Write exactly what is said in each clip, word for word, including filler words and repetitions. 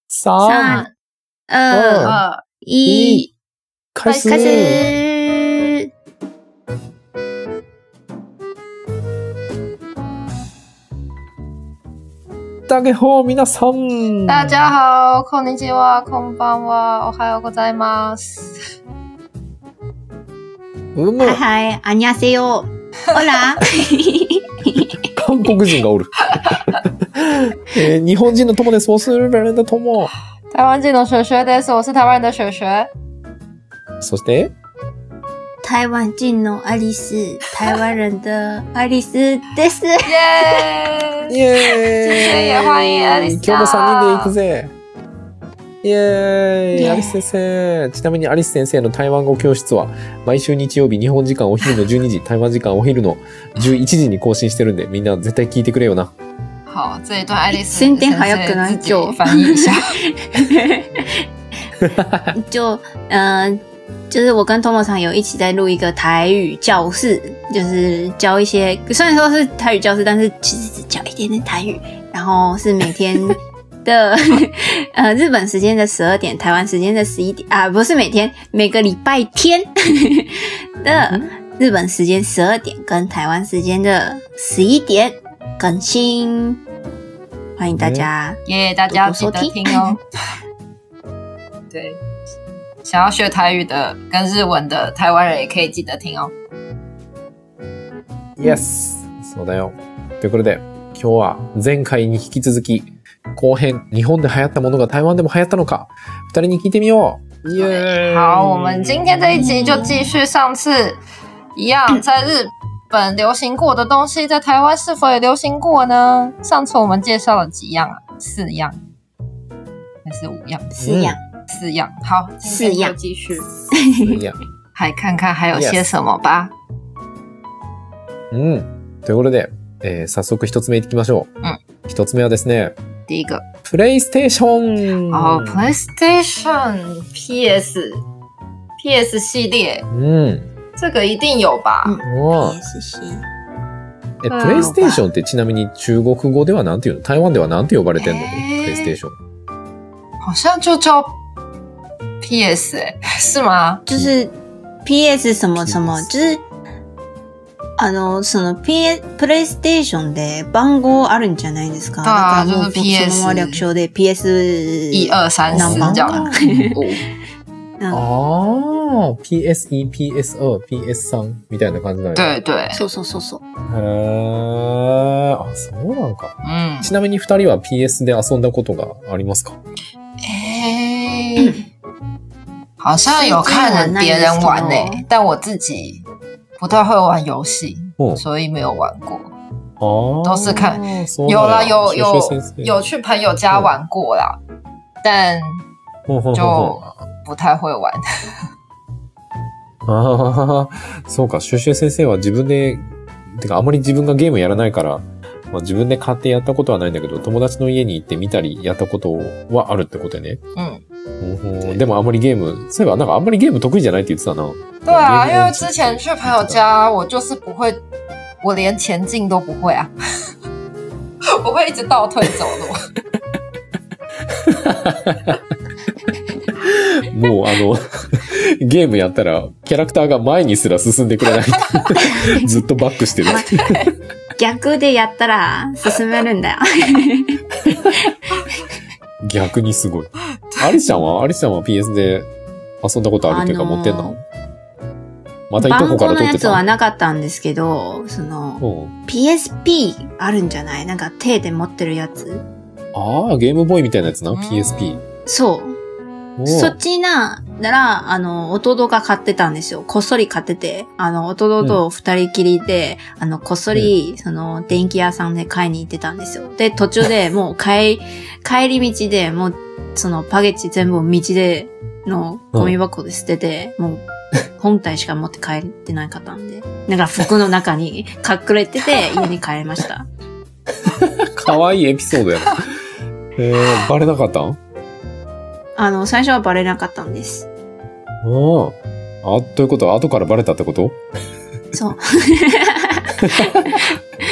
三、二、一， 开始。 开始。 大家好，皆さん。 大家好、こんにちは、こんばんは、おはようございます。 うむ。 はいはい、アニャセヨ。ほら。 韓国人がおる。えー、日本人の友です。我是日本人的友。 台湾人の雪雪です。我是台湾人的雪雪。 そして、 台湾人のアリス、台湾人的アリスです。イエーイイエーイ欢迎アリス今日もさんにんで行くぜ。イエーイアリス先生。ちなみにアリス先生の台湾語教室は毎週日曜日日本時間お昼のじゅうにじ、台湾時間お昼のじゅういちじに更新してるんで、みんな絶対聞いてくれよな。 好，这一段爱丽丝宣伝早くない？ 自己翻译一下。 就呃，就是我跟 Tomo 桑有一起在录一个台语教室，就是教一些，虽然说是台语教室，但是其实只教一点点台语，然后是每天的呃日本时间的十二点，台湾时间的十一点啊，不是每天，每个礼拜天的日本时间十二点跟台湾时间的十一点更新，欢迎大家耶、yeah, 大家记得听哦。对，想要学台语的跟日文的台湾人也可以记得听哦。 Yes、そうだよ。ということで、今日は前回に引き続き後編、日本で流行ったものが台湾でも流行ったのか、二人に聞いてみよう。イエーイ。 好，我们今天这一集就继续上次一样，在日本流行过的东西，在台湾是否也流行过呢？上次我们介绍了几样啊？四样还是五样？ 四样。 四样。好，今天就继续。 四样。 来看看还有些什么吧。 うん。ということで、えー、早速一つ目いきましょう。 うん。 一つ目はですね。 第一个。 プレイステーション。 哦 ，PlayStation P S P S 系列。 嗯。 这个一定有吧？ 嗯 P S 系。 え、プレイステーションってちなみに中国語ではなんていうの？台湾ではなんて呼ばれてんの？プレイステーション。 好像就叫 P S 哎、欸，是吗？ 就是 P S 什么什么，就是あのその P プレイステーションで番号あるんじゃないですか？ 对啊， だからもう就是 P S そのまま略称で P S 一二三四这样。 ああ、ピーエスワン、ピーエスツー、ピーエススリー みたいな感じなんや。 对对。 そうそうそうそう。 へー、あ、そうなんか。 うん。 ちなみに二人は ピーエス で遊んだことがありますか？ えー、好像有看人别人玩诶、欸，但我自己不太会玩游戏，所以没有玩过。 哦， 都是看有啦，有有有去朋友家玩过啦，但就不太会玩。 ああ、そうか。シュシュ先生は自分で、てかあまり自分がゲームやらないから、まあ、自分で買ってやったことはないんだけど、友達の家に行って見たりやったことはあるってことやね。 うん。 でもあんまりゲーム、そういえばなんかあんまりゲーム得意じゃないって言ってたな。 对啊，因为之前去朋友家，我就是不会，我连前进都不会啊，我会一直倒退走路。 もうあのゲームやったらキャラクターが前にすら進んでくれないずっとバックしてる逆でやったら進めるんだよ逆にすごい。アリスちゃんはアリスちゃんは ピーエス で遊んだことあるっていうか、あのー、持ってんの？またいとこから取ってた？ 番号のやつはなかったんですけど、その ピーエスピー あるんじゃない？なんか手で持ってるやつ。 ああ、ゲームボーイみたいなやつな、ピーエスピー。 そう。そっちな、なら、あの、弟が買ってたんですよ。こっそり買ってて、あの、弟と二人きりで、うん、あの、こっそり、うん、その、電気屋さんで買いに行ってたんですよ。で、途中でもう帰、帰り道で、もう、その、パゲッチ全部道でのゴミ箱で捨てて、うん、もう、本体しか持って帰ってなかったんで。だから服の中に隠れてて、家に帰りました。 かわいいエピソードやな。えー、バレなかったん？ あの、最初はバレなかったんです。 ああ。あ、ということは後からバレたってこと？ そう。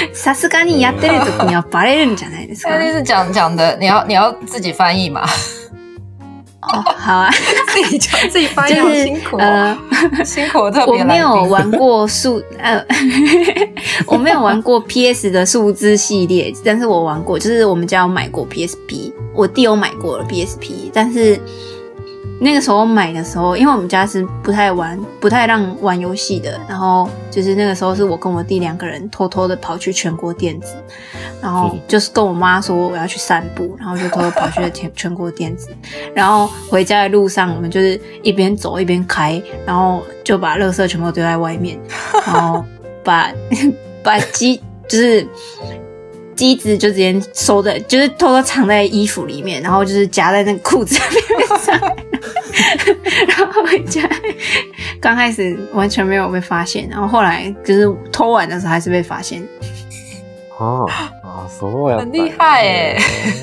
さすがにやってる時にはバレるんじゃないですか。 那就是讲讲的，你要你要自己翻译嘛？ 哦，好啊， 自己讲自己翻译，好就是辛苦哦， 呃， 辛苦特我没别来宾。 有玩过数呃，我没有玩过 P S 的数字系列，但是我玩过，就是我们家有买过 P S P， 我弟有买过了 P S P， 但是那个时候买的时候，因为我们家是不太玩、不太让玩游戏的，然后就是那个时候是我跟我弟两个人偷偷的跑去全国电子，然后就是跟我妈说我要去散步，然后就偷偷跑去了全全国电子，然后回家的路上我们就是一边走一边开，然后就把垃圾全部丢在外面，然后把把机就是机子就直接收在，就是偷偷藏在衣服里面，然后就是夹在那个裤子边上。然后回家，刚开始完全没有被发现，然后后来就是偷玩的时候还是被发现。 ああ、そうやったんや。 很厉害耶，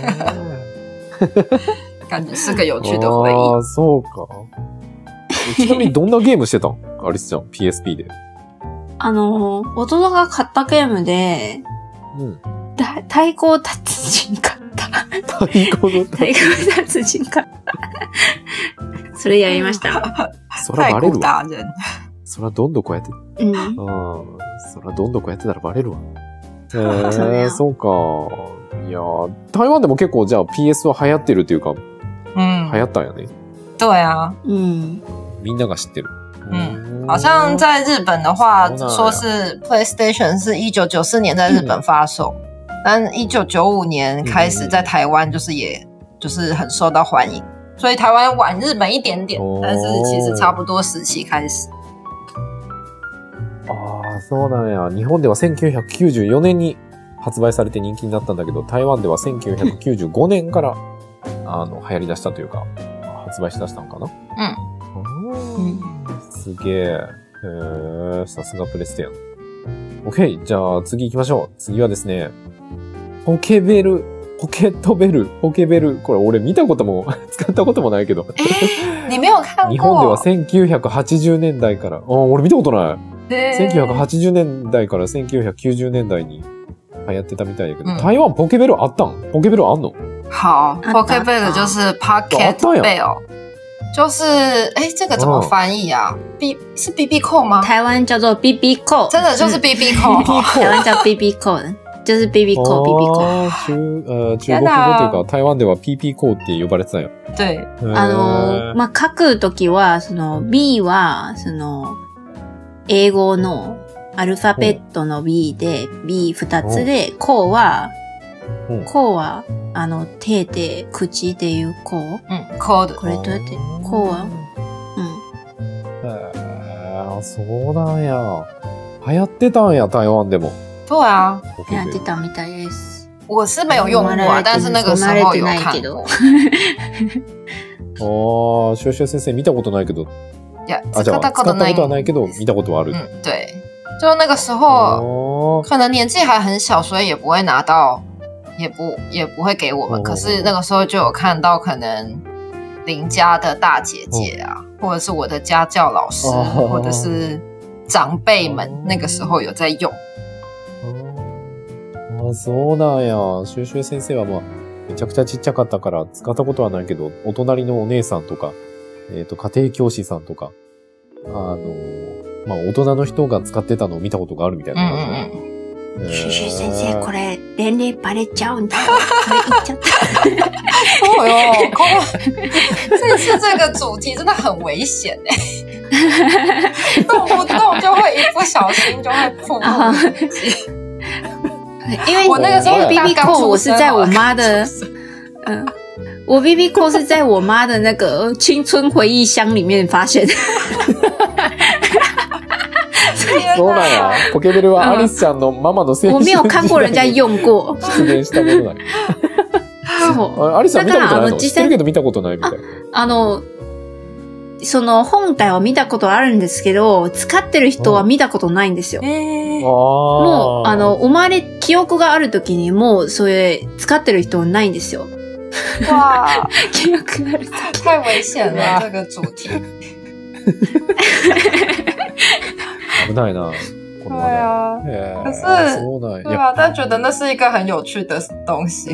感觉是个有趣的回忆。 ああ、そうか。ちなみにどんなゲームしてたんアリスちゃん、ピーエスピー で。 あの、弟が買ったゲームで、 うん。 だ太鼓達人買った。 太鼓の太鼓達人買った。それやりました。 そらバレるわ。 大人。 そらどんどこやって、 うん。 ああ、そらどんどこやってたらバレるわ。えそうー、 やそうか。いやー、台湾でも結構じゃあ ピーエス は流行ってるっていうか、 嗯流，行ったんやね。 对啊， うん。 みんなが知ってる。 嗯好像在日本的话， 哦说是 PlayStation 是一九九四年在日本发售，但一九九五年开始在台湾就是也就是很受到欢迎，所以台湾晚日本一点点， 哦但是其实差不多时期开始。 ああ、そうなんや。日本ではせんきゅうひゃくきゅうじゅうよねんに発売されて人気になったんだけど、台湾ではせんきゅうひゃくきゅうじゅうごねんからあの流行り出したというか、発売し出したのかな。 嗯， うん。すげえ。へー、さすがプレステやん。OK、じゃあ次行きましょう。次はですね、ポケベル、ポケットベル、ポケベル。これ俺見たことも、使ったこともないけど。 你没有看过？ 日本ではせんきゅうひゃくはちじゅうねんだいから、あ、俺見たことない。せんきゅうひゃくはちじゅうねんだいからせんきゅうひゃくきゅうじゅうねんだいに流行ってたみたいだけど、 うん台湾ポケベルあったん？ポケベルあんの？ 好啊 ，Pokebell 就是 Pocket 哦对哦 Bell，就是哎，这个怎么翻译啊？B 是 B B 扣吗？ 台湾叫做 B B 扣， 真的就是 B B 扣， 台湾叫 B B 扣，就是 B B 扣 B B 扣。 あー中、呃中国語というか、台湾では ピーピー コーって呼ばれてたよ。 对， あの、まあ、書くときは、その B は、その、英語のアルファベットの B で ビーふたつで、こうは、 うんこうは、あの、手で、口で言うこう。 嗯，Code， これどうやって、こうは、うん。 へー、そうなんや。流行ってたんや、台湾でも。 对啊， ポケベル。 やってたみたいです。 我是没有用过啊，但是那个时候有看过。 ああ、シュシュ先生見たことないけど。 いや、 あ、じゃあ、 使った使ったことことない。 はないけど、見たことはある。 嗯，对，就那个时候あ可能年纪还很小，所以也不会拿到，也不也不会给我们。 哦可是那个时候就有看到，可能邻家的大姐姐啊，或者是我的家教老师， 哦或者是长辈们，那个时候有在用。 あ、そうなんや。シュシュ先生はまあ、めちゃくちゃちっちゃかったから使ったことはないけど、お隣のお姉さんとか、えっと、家庭教師さんとか、あの、まあ、大人の人が使ってたのを見たことがあるみたい嗯な。 嗯嗯， シュシュ先生、これ、年齢バレちゃうんだよ。これ言っちゃった。 哦哟，空这次这个主题真的很危险哎，动不动就会一不小心就会暴露自己。 因为我那个时候 B B 刚出生扣我是在我妈的刚出生， 嗯，我 B B 扣是在我妈的那个青春回忆箱里面发现。 そうなんや。ポケベルはアリスちゃんのママの青春我没有看过人家用过。 出現したものない。 そう。 あアリスちゃん見たことないの？ だからあの知ってるけど見たことないみたいな。 あの、その本体は見たことあるんですけど、使ってる人は見たことないんですよ。 えー、 もう、あの、生まれ、記憶がある時にもう、それ、使ってる人はないんですよ。 哇， 記憶がある時。 太危险了这个主题。 危ないな。 この話題。 对啊， へー可是そうなんや。 对啊，但觉得那是一个很有趣的东西。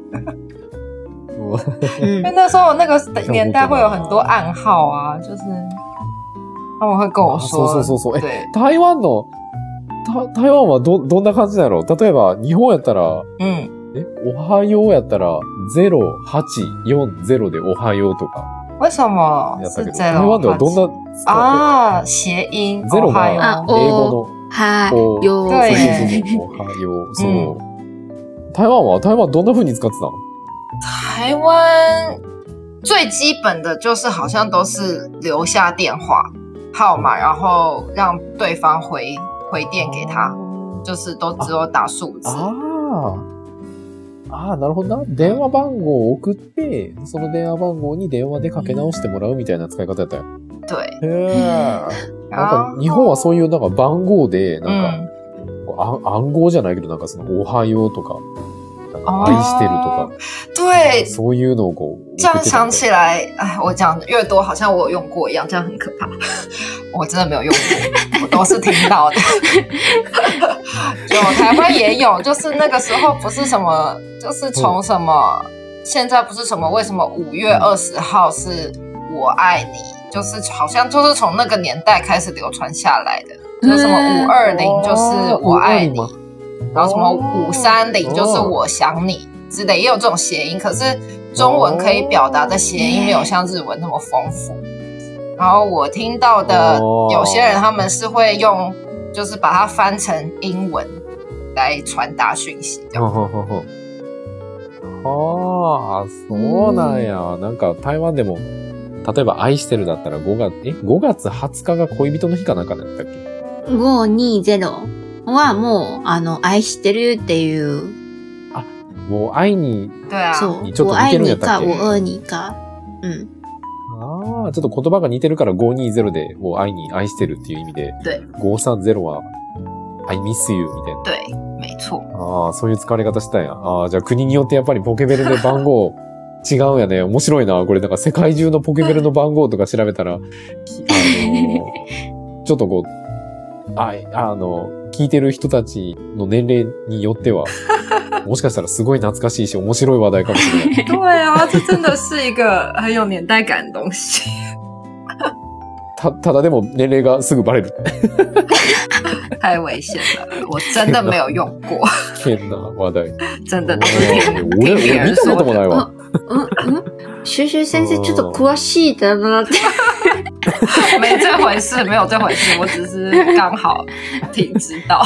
因为嗯， 那时候那个年代会有很多暗号啊，就是他们会跟我あ说， そうそうそうそう。え、 对， 台湾の、た台湾はど、どんな感じなの？例えば、日本やったら、 嗯， え、おはようやったら、ゼロはちよんゼロでおはようとか为什么やったけど、 是ゼ台湾ではどんな使って啊？谐音ゼロがおはようあ英語の、 哈お有对そうそうそうそう、おはよう、そう。台湾は台湾どんな風に使ってたの？ 台湾最基本的就是好像都是留下电话号码，然后让对方回回电给他，就是都只有打数字。 ああ。ああ、なるほどな。電話番号を送って、その電話番号に電話でかけ直してもらうみたいな使い方やったよ。 对， へえ。なんか、日本はそういうなんか番号で、なんか、 嗯， あ暗号じゃないけど、なんかその、おはようとか、 哦愛してるとか、 对， そういうのをこう、 这样想送ってたんだよ起来，哎，我讲越多，好像我有用过一样，这样很可怕。我真的没有用过，我都是听到的。有台湾也有，就是那个时候不是什么，就是从什么，现在不是什么，为什么五月二十号是我爱你，就是好像就是从那个年代开始流传下来的，就是什么五二零就是我爱你，然后什么五三零就是我想你之类，也有这种谐音，可是中文可以表达的谐音没有像日文那么丰富。然后我听到的有些人他们是会用，就是把它翻成英文来传达讯息。 ほんほんほんほんはあ、そうなんや。なんか台湾でも、例えば愛してるだったらごがつ、え、ごがつはつかが恋人の日かなんかだったっけ？ ごにゼロはもう、あの、愛してるっていう、 もう愛に、 对啊， そう、 ちょっと似我愛你か、 てるんやったっけ我愛你か。うん。 ああ、ちょっと言葉が似てるからごにゼロで、もう愛に愛してるっていう意味で、 对ごさんゼロは I miss you みたいな。 对，没错。 ああ、そういう使われ方したんや。ああ、じゃあ国によってやっぱりポケベルで番号違うんやね。面白いな。これなんか世界中のポケベルの番号とか調べたら、きあのーちょっとこう、あ、あの、聞いてる人たちの年齢によっては、もしかしたらすごい懐かしいし面白い話題かもしれない。 对啊，这真的是一个很有年代感的东西。 た、ただでも年齢がすぐバレる。 太危险了，我真的没有用过， 危険な話題。 真的都是听俺、 听别俺見た人说的。 こともないわ。 うんうんシュシュ先生ちょっと詳しいだなって。 没这回事，没有这回事，我只是刚好听知道。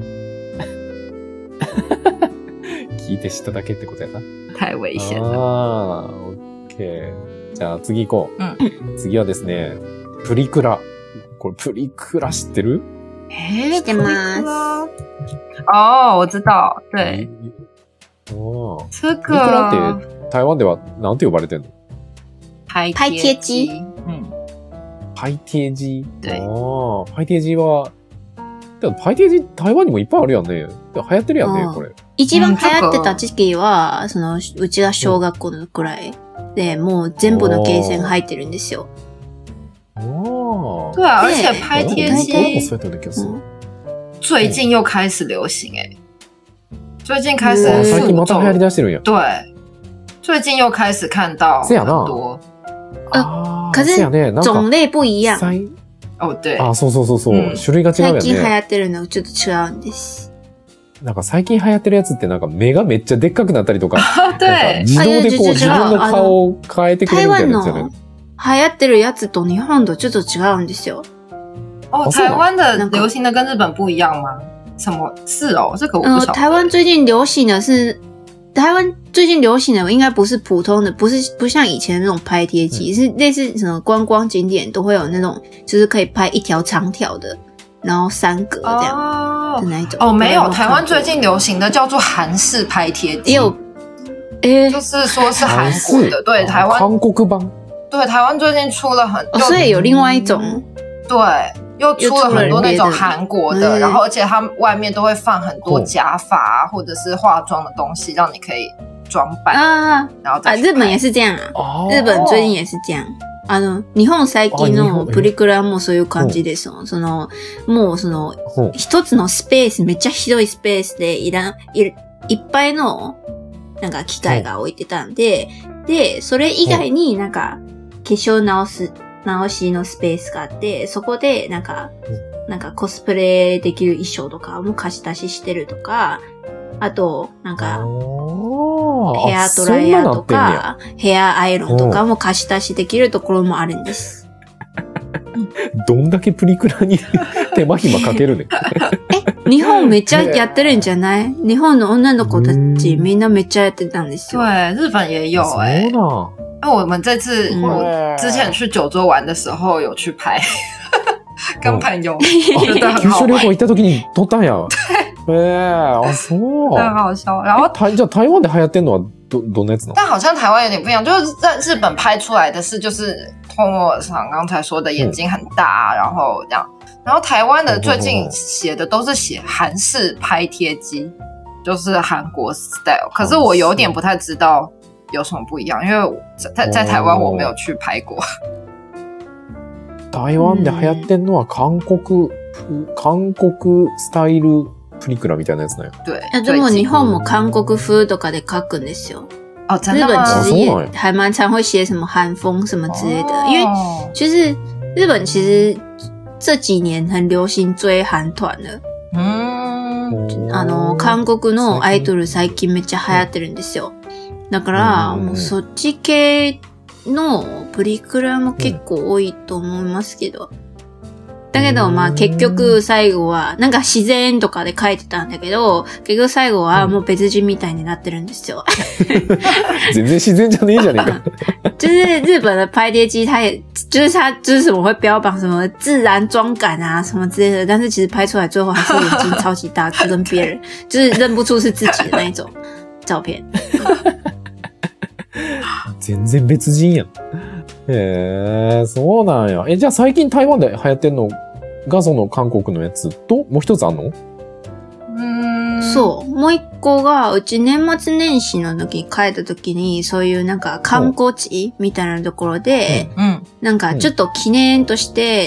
聞いて知っただけってことやな。 太危险了。 ああ、オッケー。じゃあ次行こう。 う次はですね、プリクラ。これプリクラ知ってる？ 哎， 知ってますプリクラ哦，我知道，对， おー这プリクラっ个て台湾ではなんて呼ばれてんの？ 拍拍贴机嗯， パイテージ。 对ああ、パイテージは、でもパイテージ台湾にもいっぱいあるやんね。でも流行ってるやんね、 うんこれ。 一番流行ってた時期は、その、うちが小学校のくらいで、もう全部のゲーセン入ってるんですよ。 ああ。 对啊，而且对拍贴俺も机そうやったような気がする。 最近又开始流行哎，最近开始嗯最近また流行り复出してるんや。 对，最近又开始看到这样啊很多ああ、 可是そうやね。なんか種類不一样。 最哦，对， あ、そうそうそうそう、 うん種類が違うよ最近流ね。 行ってるのちょっと違うんです。 なんか最近流行ってるやつってなんか目がめっちゃでっかくなったりとか、なんか对， 自動でこうあいや違う違う自分の顔を変えてくれ台るみたい湾のなやつよね。 流行ってるやつと日本とちょっと違うんですよ。 哦， 哦是吗台湾的流行的跟日本不一样吗？什么是哦？这个我不呃， 晓得。 台湾最近流行的是，台湾最近流行的应该不是普通的，不是不像以前那种拍贴机，是类似什么观光景点都会有那种，就是可以拍一条长条的，然后三格这样哦的那一种。 哦，没有， 不知道台湾看过最近流行的叫做韩式拍贴机， 也有，诶、 就是说是韩国的，对台湾， 韓国版。 对台湾最近出了很， 哦， 就所以有另外一种， 对，又出了很多那种韩国的， 嗯然后而且它外面都会放很多假发啊，或者是化妆的东西，让你可以装扮， 啊然后再啊， 去日本拍也是这样啊， あー日本最近也是这样あの、日本最近あ日の本プリクラもそういう感じですよ。その、もうその、 うん一つのスペース、めっちゃ広いスペースでいらん、いいっぱいの、なんか機械が置いてたんで、で、それ以外になんか、化粧直す、直しのスペースがあって、そこでなんか、なんかコスプレできる衣装とかも貸し出ししてるとか、あと、なんか、ヘアドライヤーとか、ヘアアイロンとかも貸し出しできるところもあるんです。 どんだけプリクラに手間暇かけるね。 え、日本めっちゃやってるんじゃない？日本の女の子たちみんなめっちゃやってたんですよ。 对，日本也有哎、欸。那我们这次、 嗯、 我之前去九州玩的时候有去拍，跟朋友觉得很九州旅好玩。 行行った時に撮ったんや。ええー、あ、そう。 很好笑。然后台じゃあ台湾で流行ってんのはどどんなやつなの？ 但好像台湾有点不一样，就是在日本拍出来的是就是通过上刚才说的眼睛很大、啊，然后这样。然后台湾的最近写的都是写韩式拍贴机，就是韩国 style。可是我有点不太知道有什么不一样，因为我在在台湾我没有去拍过。 台湾で流行ってんのは韓国、韓国スタイルプリクラみたいなやつだよ。 对。 でも日本も韓国風とかで書くんですよ。 哦，真日本的吗？ 其实也还蛮常会写什么韩风什么之类的，因为就是日本其实这几年很流行追韓团了。 うん。 あの、韓国のアイドル最近めっちゃ流行ってるんですよ。だから、もうそっち系のプリクラも結構多いと思いますけど。だけど、まあ結局最後は、なんか自然とかで書いてたんだけど、結局最後はもう別人みたいになってるんですよ。 全然自然じゃねえじゃねえか。 就是日本的拍贴机，它也就是它就是什么会标榜什么自然妆感啊什么之类的，但是其实拍出来最后还是眼睛超级大，就跟别人就是认不出是自己的那一种照片。 全然別人やん。へえ、そうなんや。え、じゃあ最近台湾で流行ってんのがその韓国のやつと、もう一つあんの？ うんそう。もう一個が、うち年末年始の時に帰った時に、そういうなんか観光地みたいなところで、 うん。 なんかちょっと記念として、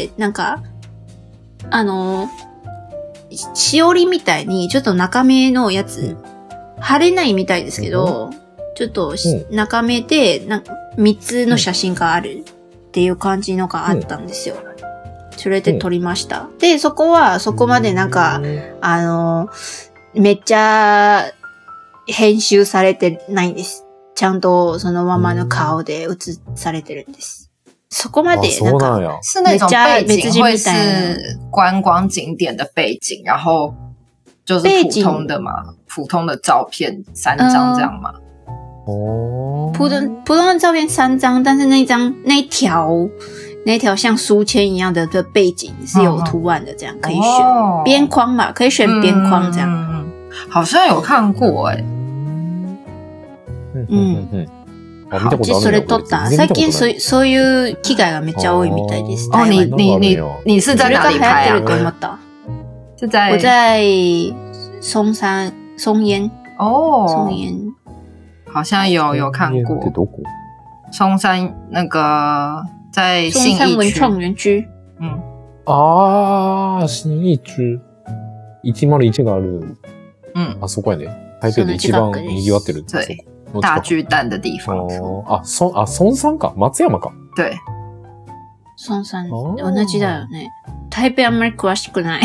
なんか、あの、しおりみたいにちょっと中目のやつ、貼れないみたいですけど、ちょっとし中目で、なんか三つの写真があるっていう感じのがあったんですよ。それで撮りました。で、そこはそこまでなんか、あの、めっちゃ編集されてないんです。ちゃんとそのままの顔で写されてるんです。そこまでなんか、 是那种背景会是观光景点的背景，然后就是普通的嘛，普通的照片三张这样嘛。 哦， 普通普通的照片三张，但是那一张那一条那一条像书签一样的的背景是有图案的，这样可以选边框嘛，可以选边框这样。 嗯，好像有看过哎、欸。 嗯嗯嗯。 好，就それ撮った。最近そうそういう機会がめっちゃ多いみたいです。 哦，你你你你是在哪里拍啊？是在我在松山松烟哦， 松烟。 好像有有看过，松山那个在信义区， 松山文创园区。 嗯， ああ、信義区いちまるいちがある。 嗯， あそこやね。台北で一番賑わってる。 对，大巨蛋的地方。 あ、そあ松山か、松山か。 对， 松山同じだよね。台北あんまり詳しくない。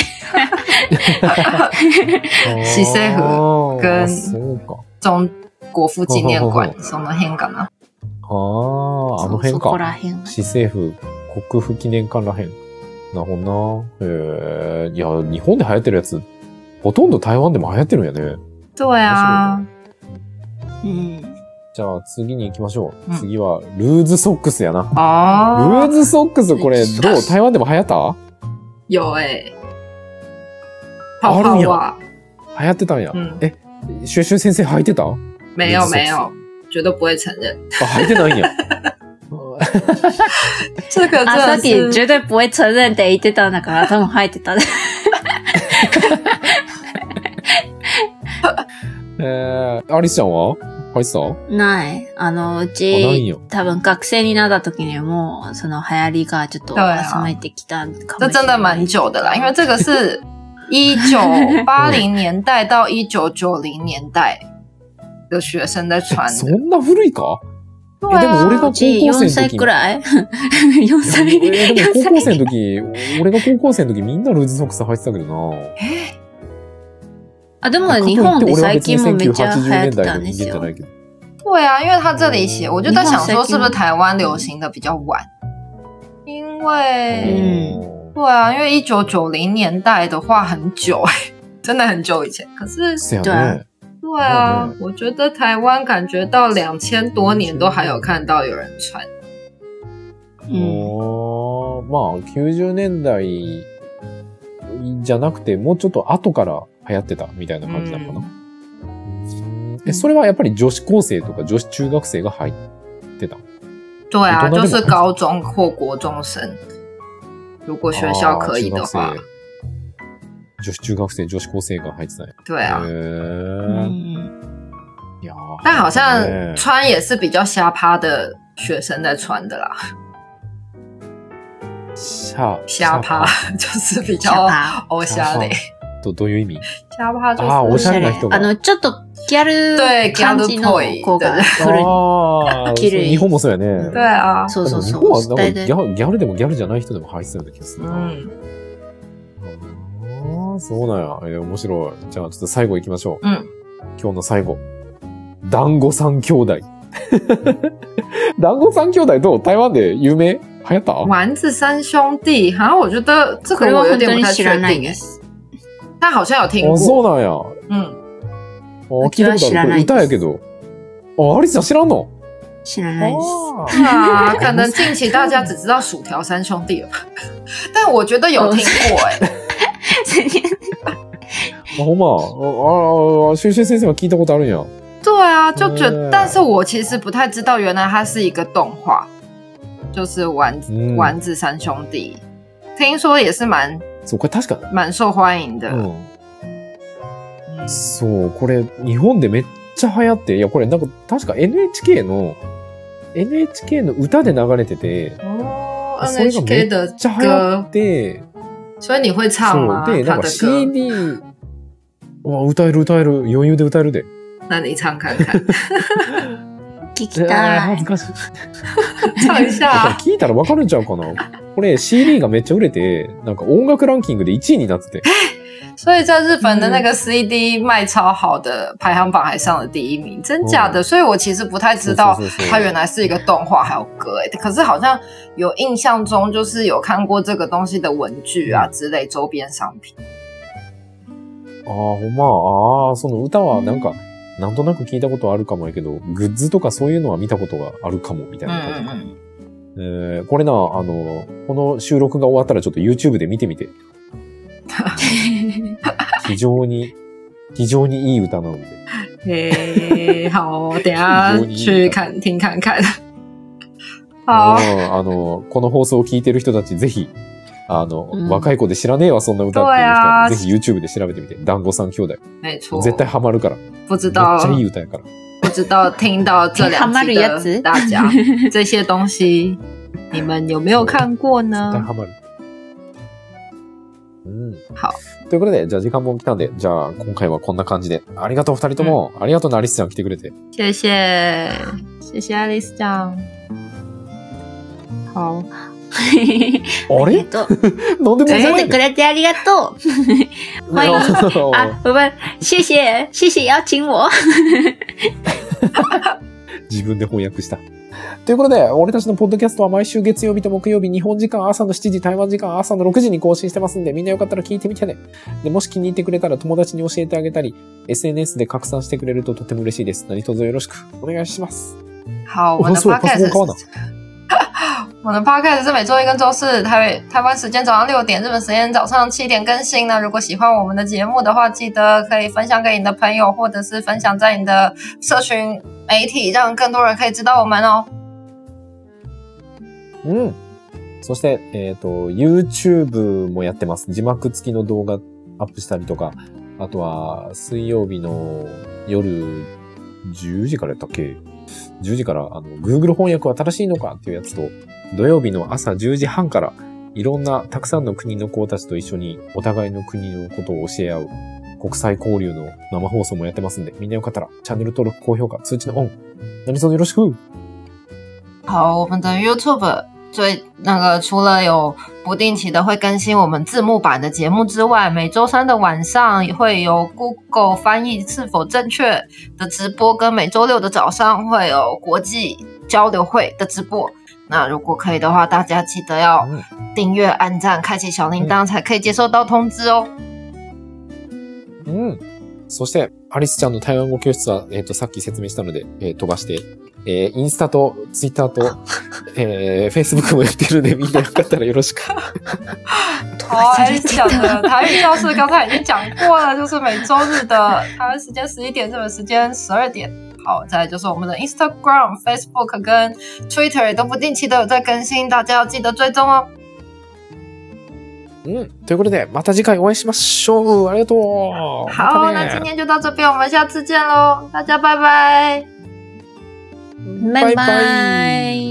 市政府跟そうか。 中国父紀念館その辺かな。 ああ、あの辺か。 そこら辺。 市政府国父記念館らへん。なるほどな。へえ。いや、日本で流行ってるやつ、ほとんど台湾でも流行ってるんやね。 对啊。 うん。 じゃあ次に行きましょう。うん、次はルーズソックスやな。 あルーズソックスこれどう？台湾でも流行った？ 有诶、欸。泡泡袜。 流行ってたんや。 うん、 え、シュシュ先生履いてた？ 没有没有，绝对不会承认。 あ、履いてないんや。 这个真的是さっき绝对不会承認って言ってたんだから多分履いてた。 えー、アリスちゃんは？ 入ってた？ ない。あの、うあないんちよ、 多分学生になった時にもう、その流行りがちょっと对啊冷めてきたかもしれ这ない。 真的蛮久的啦，因为这个是一九八零年代到一九九零年代的学生在穿そ的。 んな古いか？ 对え、でも俺が高うち校よんさい生の時くらい ?よん 歳。 え、でも高校生よんの時、俺が高校生の時みんなルーズソックス履いてたけどな。 あ、でも日本で最近もめっちゃ流行ってたんですよ。 对啊，因为他这里写，我就在想说是不是台湾流行的比较晚？因为， 嗯对啊，因为一九九零年代的话很久哎、真的很久以前。可是， 是呀对啊ね。 对啊， 嗯我觉得台湾感觉到两千多年都还有看到有人穿。 うん。 おーまあ、きゅうじゅうねんだいじゃなくて、もうちょっと後から流行ってたみたいな感じなのかな。うんえ、それはやっぱり女子高生とか女子中学生が入ってた？ 对啊， 大人でも就是高中或国中生，如果学校可以的话あー，女子中学生、女子高生が入ってたね。 对啊。 へうーんいやー但好像ね穿也是比较瞎趴的学生在穿的啦， シャ瞎趴就是比シャ较パ欧瞎的。 とどういう意味？ 瞎趴就是あーおしゃれなお人があの、ちょっとギャル对感じの子が来る。 ああ、 綺麗日本もそうやね。 对啊， そうそうでも日本はそう。 なんか大体ギャギャルでもギャルじゃない人でも入ってたような気がするな。 嗯ああ、そうなんや。えー面白い。じゃあちょっと最後行きましょう。 嗯， 今日の最後。団子三兄弟。団子三兄弟どう？台湾で有名？流行った？ 丸子三兄弟，好像我觉得这これは个我有本当に知点不太确定诶， らないです。 但好像有听あ、そう过。 なんや。 嗯， あ、聞いたことある。これ歌やけど。あ、アリスちゃん知らんの？ 知らないです。 あ啊，可能近期大家只知道薯条三兄弟了吧，但我觉得有听过哎、 あ、ほんま。あ、あ、シュウシュウ先生は聞いたことあるんや。 对啊，就觉得， 嗯但是我其实不太知道，原来它是一个动画，就是丸子、 嗯丸子三兄弟，听说也是蛮そう、これ確か、 蛮受欢迎的。 うん。 嗯そう、これ日本でめっちゃ流行って、いや、これなんか確か エヌエイチケー の、エヌエイチケー の歌で流れてて、 哦それがめ ，N H K っ的ちゃ流行っ歌， て、 所以你会唱吗？ そう、で、なんか他的シー歌， ディー、うわ、歌える歌える、余裕で歌えるで。 那你唱看看， 聞きえーたい。 恥ずかしい。 唱一下啊。 聞いたらわかるんちゃうかな。これ シーディー がめっちゃ売れて、なんか音楽ランキングでいちいになってて。 所以在日本的那个 C D 卖超好的排行榜还上了第一名，真假的？所以我其实不太知道是是是是它原来是一个动画还有歌诶，可是好像有印象中就是有看过这个东西的文具啊之类周边商品。 ああ、ほんま。ああ、その歌はなんか、なんとなく聞いたことあるかもやけど、グッズとかそういうのは見たことがあるかも、みたいな感じか。 嗯えーこれな、あの、この収録が終わったらちょっと YouTube で見てみて。非常に、非常にいい歌なので。 嘿，好，等一下非常に去看听看看。好， うんあの、この放送を聞いてる人たち、ぜひ、あの、 うん若い子で知らねえわ、そんな歌っていう人そうは、 やぜひ YouTube で調べてみて。団子三兄弟。 没错， 絶対ハマるから。 不知道めっちゃいい歌やから。 不知道听到这两集的大家这些东西，你们有没有看过絶対呢？ ハマる。うん。 好。 ということで、じゃあ時間も来たんで、じゃあ今回はこんな感じで。ありがとう二人とも。ありがとうな、アリスちゃん来てくれて。 谢谢，谢谢爱丽丝酱。好， あれありがとう。 なんでも来ないてくれてありがとう。欢迎啊，不不，谢谢谢谢邀请我。 自分で翻訳した。ということで、俺たちのポッドキャストは毎週月曜日と木曜日、日本時間朝のしちじ、台湾時間朝のろくじに更新してますんで、みんなよかったら聞いてみてね。で、もし気に入ってくれたら友達に教えてあげたり、エスエヌエス で拡散してくれるととても嬉しいです。何卒よろしくお願いします。 好，我们的哦是我パソ podcast コン買わな。 我的 podcast 是每周一跟周四台台湾时间早上六点，日本时间早上七点更新呢。如果喜欢我们的节目的话，记得可以分享给你的朋友，或者是分享在你的社群媒体，让更多人可以知道我们哦。 うん。そして、えっと、YouTube もやってます。字幕付きの動画アップしたりとか、あとは水曜日の夜じゅうじからやったっけ ?じゅう 時から、あの、Google 翻訳は正しいのかっていうやつと、土曜日の朝じゅうじはんから、いろんなたくさんの国の子たちと一緒にお互いの国のことを教え合う国際交流の生放送もやってますんで、みんなよかったらチャンネル登録、高評価、通知のオン、何卒よろしく。 好，我们的 YouTube 最那个除了有不定期的会更新我们字幕版的节目之外，每周三的晚上也会有 Google 翻译是否正确的直播，跟每周六的早上会有国际交流会的直播。那如果可以的话，大家记得要订阅、按赞、开启小铃铛，才可以接收到通知哦。 うん。そして、アリスちゃんの台湾語教室は、えっと、さっき説明したので、えー、飛ばして、えー、インスタとツイッターと、えー、フェイスブックもやってるんで、みんなよかったらよろしく。 好，艾丽讲的台语教室刚才已经讲过了，就是每周日的台湾时间十一点，日本时间十二点。好，再来就是我们的 Instagram、Facebook 跟 Twitter 也都不定期的有在更新，大家要记得追踪哦。 うん。ということで、また次回お会いしましょう。ありがとう。 好，那今天就到这边，我们下次见喽，大家拜拜。 拜拜。